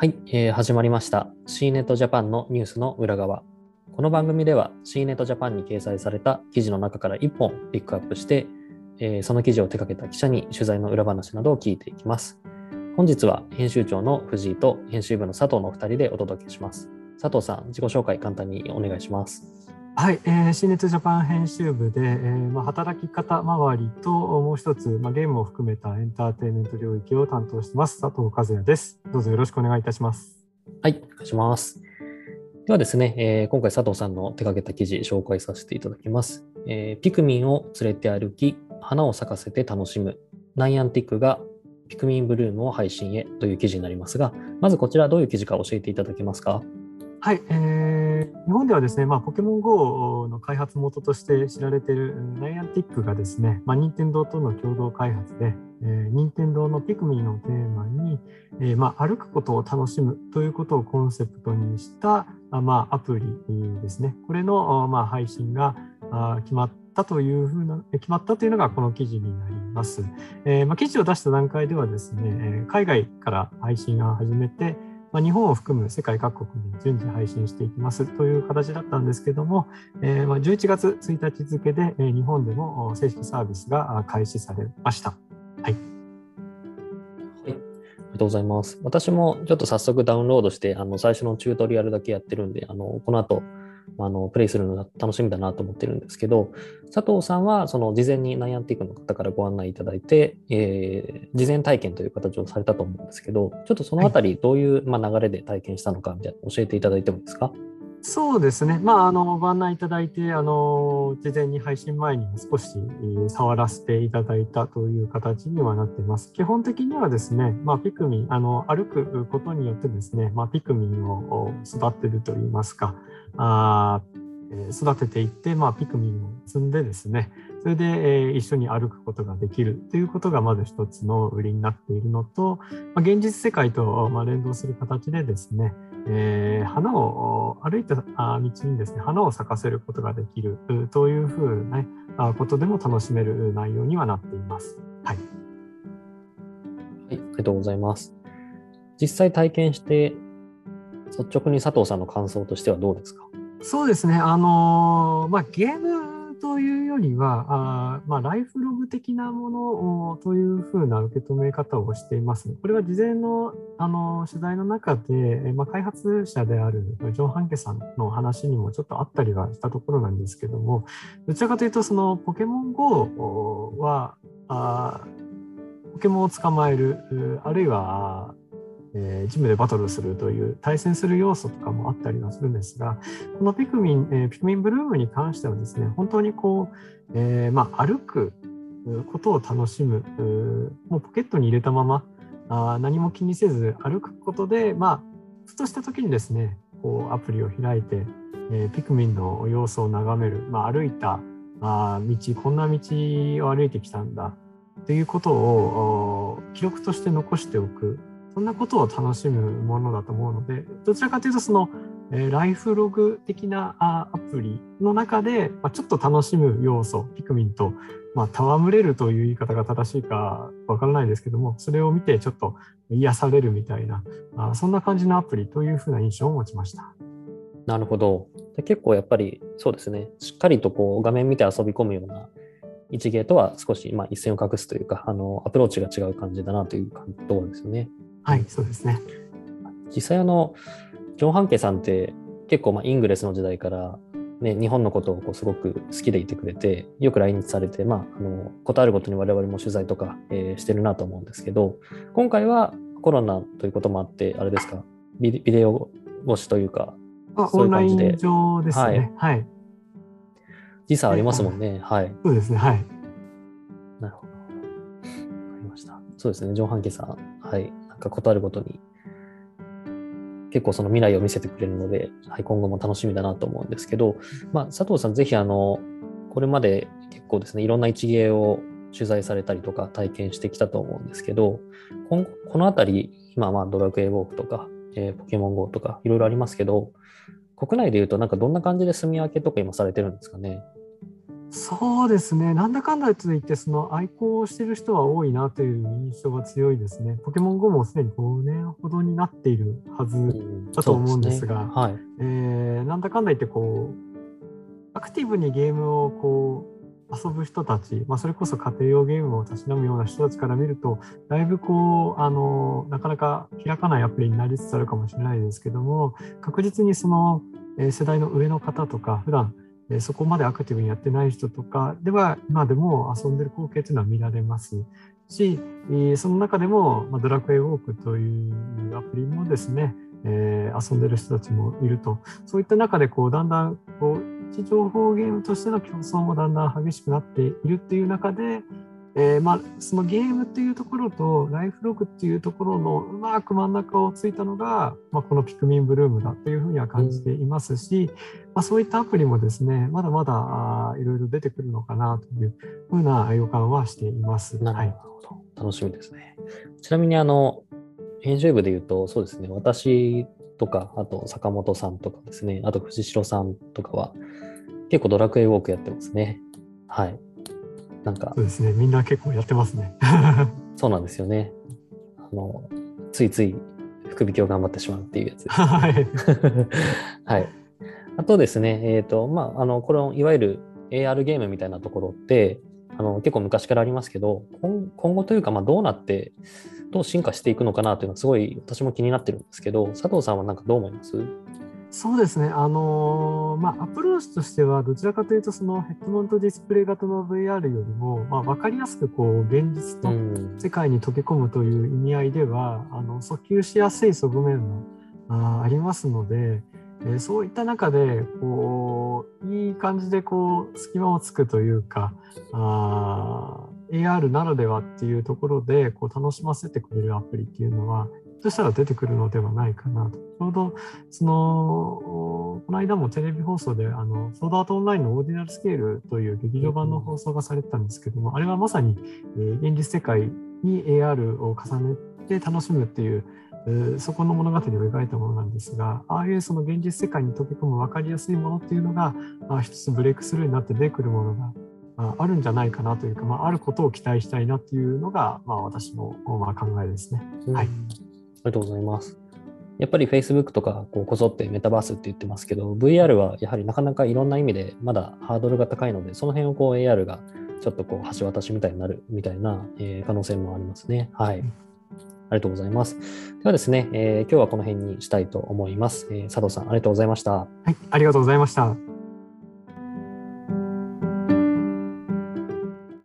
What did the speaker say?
はい、始まりました C ネットジャパンのニュースの裏側。この番組では C ネットジャパンに掲載された記事の中から1本ピックアップして、その記事を手掛けた記者に取材の裏話などを聞いていきます。本日は編集長の藤井と編集部の佐藤のお二人でお届けします。佐藤さん、自己紹介簡単にお願いします。 はい、C ネットジャパン編集部で、働き方周りともう一つ、ゲームを含めたエンターテインメント領域を担当しています佐藤和也です。どうぞよろしくお願いいたします。 はい、お願いします。ではですね、今回佐藤さんの手掛けた記事紹介させていただきます。ピクミンを連れて歩き、花を咲かせて楽しむ、ナイアンティックがピクミンブルームを配信へという記事になりますが、まずこちらどういう記事か教えていただけますか？ はい、日本ではですね、ポケモン GO の開発元として知られているナイアンティックがですね、任天堂との共同開発で、任天堂のピクミンのテーマに、歩くことを楽しむということをコンセプトにしたアプリですね。これの配信が決まったというのがこの記事になります。記事を出した段階ではですね、海外から配信を始めて、日本を含む世界各国に順次配信していきますという形だったんですけども、11月1日付で日本でも正式サービスが開始されました。はい。 ありがとうございます。私もちょっと早速ダウンロードして、最初のチュートリアルだけやってるんで、この後、プレイするのが楽しみだなと思ってるんですけど、佐藤さんはその事前にナイアンティックの方からご案内いただいて、事前体験という形をされたと思うんですけど、ちょっとそのあたりどういう、流れで体験したのかみたいな教えていただいてもいいですか？ そうですね、ご案内いただいて、事前に配信前に少し触らせていただいたという形にはなっています。基本的にはですね、ピクミン、歩くことによってですね、ピクミンを育てるといいますか、育てていって、ピクミンを積んでですね、それで一緒に歩くことができるということがまず一つの売りになっているのと、現実世界と連動する形でですね、花を歩いた道にですね、花を咲かせることができるというふうなことでも楽しめる内容にはなっています。はい。 はい、ありがとうございます。実際体験して率直に佐藤さんの感想としてはどうですか？ そうですね、ゲームというよりは、ライフログ的なものというふうな受け止め方をしています。これは事前の、取材の中で、開発者であるジョン・ハンケさんの話にもちょっとあったりはしたところなんですけども、どちらかというと、そのポケモン GO は、ポケモンを捕まえる、あるいはジムでバトルするという対戦する要素とかもあったりはするんですが、このピクミンブルームに関してはですね、本当に歩くことを楽しむ、もうポケットに入れたまま何も気にせず歩くことで、ふとした時にですね、アプリを開いて、ピクミンの様子を眺める、歩いた道、こんな道を歩いてきたんだということを記録として残しておく、そんなことを楽しむものだと思うので、どちらかというとその、ライフログ的なアプリの中で、ちょっと楽しむ要素、ピクミンと、戯れるという言い方が正しいかわからないですけども、それを見てちょっと癒されるみたいな、そんな感じのアプリというふうな印象を持ちました。 なるほど。で結構やっぱりそうですね、しっかりと画面見て遊び込むような一芸とは少し一線を画すというか、アプローチが違う感じだなというところですよね。 はい、そうですね。 実際ジョン・ハンケさんって結構イングレスの時代から、ね、日本のことをすごく好きでいてくれて、よく来日されて、ことあるごとに我々も取材とか、してるなと思うんですけど、今回はコロナということもあって、あれですか、ビデオ越しというか、そういう感じで。 オンライン上ですね。はい。 時差ありますもんね。はい。 そうですね。はい。 なるほど。わかりました。そうですね、ジョン・ハンケさん、はい、なんかことあるごとに、結構その未来を見せてくれるので、はい、今後も楽しみだなと思うんですけど、佐藤さん、ぜひこれまで結構ですね、いろんな一芸を取材されたりとか体験してきたと思うんですけど、このあたり、今、ドラクエウォークとか、ポケモン GO とか、いろいろありますけど、国内でいうと、なんかどんな感じで住み分けとか今されてるんですかね？ そうですね、なんだかんだといって、その愛好してる人は多いなという印象が強いですね。ポケモン GO もすでに5年ほどになっているはずだとそうで思うんですすね。 が、 はい。 なんだかんだ言ってアクティブにゲームを遊ぶ人たち、それこそ家庭用ゲームをたしなむような人たちから見ると、だいぶなかなか開かないアプリになりつつあるかもしれないですけども、確実にその、世代の上の方とか、普段そこまでアクティブにやってない人とかでは、今でも遊んでる光景というのは見られますし、その中でも、ドラクエウォークというアプリもですね、遊んでる人たちもいると、そういった中でだんだん位置情報ゲームとしての競争もだんだん激しくなっているっていう中で、そのゲームっていうところとライフログっていうところのうまく真ん中をついたのが、このピクミンブルームだというふうには感じていますし、そういったアプリもですね、まだまだいろいろ出てくるのかなというふうな予感はしています。 なるほど。楽しみですね。ちなみに編集部で言うと、そうですね、私とか、あと坂本さんとかですね、あと藤代さんとかは、結構ドラクエウォークやってますね。はい。 そうですね、みんな結構やってますね。 そうなんですよね。ついつい福引きを頑張ってしまうっていうやつです。 はい。 はい。あとですね、このいわゆる AR ゲームみたいなところって、結構昔からありますけど、今後というか、どう進化していくのかなというのはすごい私も気になってるんですけど、佐藤さんはどう思います？ そうですね、アプローチとしては、どちらかというと、そのヘッドマウントディスプレイ型の VR よりも、分かりやすく現実と世界に溶け込むという意味合いでは、訴求しやすい側面もありますので、そういった中で、いい感じで隙間をつくというか、AR ならではっていうところで楽しませてくれるアプリっていうのは、そしたら出てくるのではないかなと。ちょうどこの間もテレビ放送でソードアートオンラインのオーディナルスケールという劇場版の放送がされてたんですけども、あれはまさに現実世界に AR を重ねて楽しむっていうそこの物語を描いたものなんですが、ああいうその現実世界に溶け込む分かりやすいものっていうのが一つブレイクスルーになって出てくるものがあるんじゃないかなというか、あることを期待したいなっていうのが、私の考えですね。はい。 ありがとうございます。やっぱり Facebook とかこぞってメタバースって言ってますけど、VR はやはりなかなかいろんな意味でまだハードルが高いので、その辺をAR がちょっと橋渡しみたいになるみたいな、可能性もありますね。はい。ありがとうございます。ではですね、今日はこの辺にしたいと思います。佐藤さん、ありがとうございました。 はい、ありがとうございました。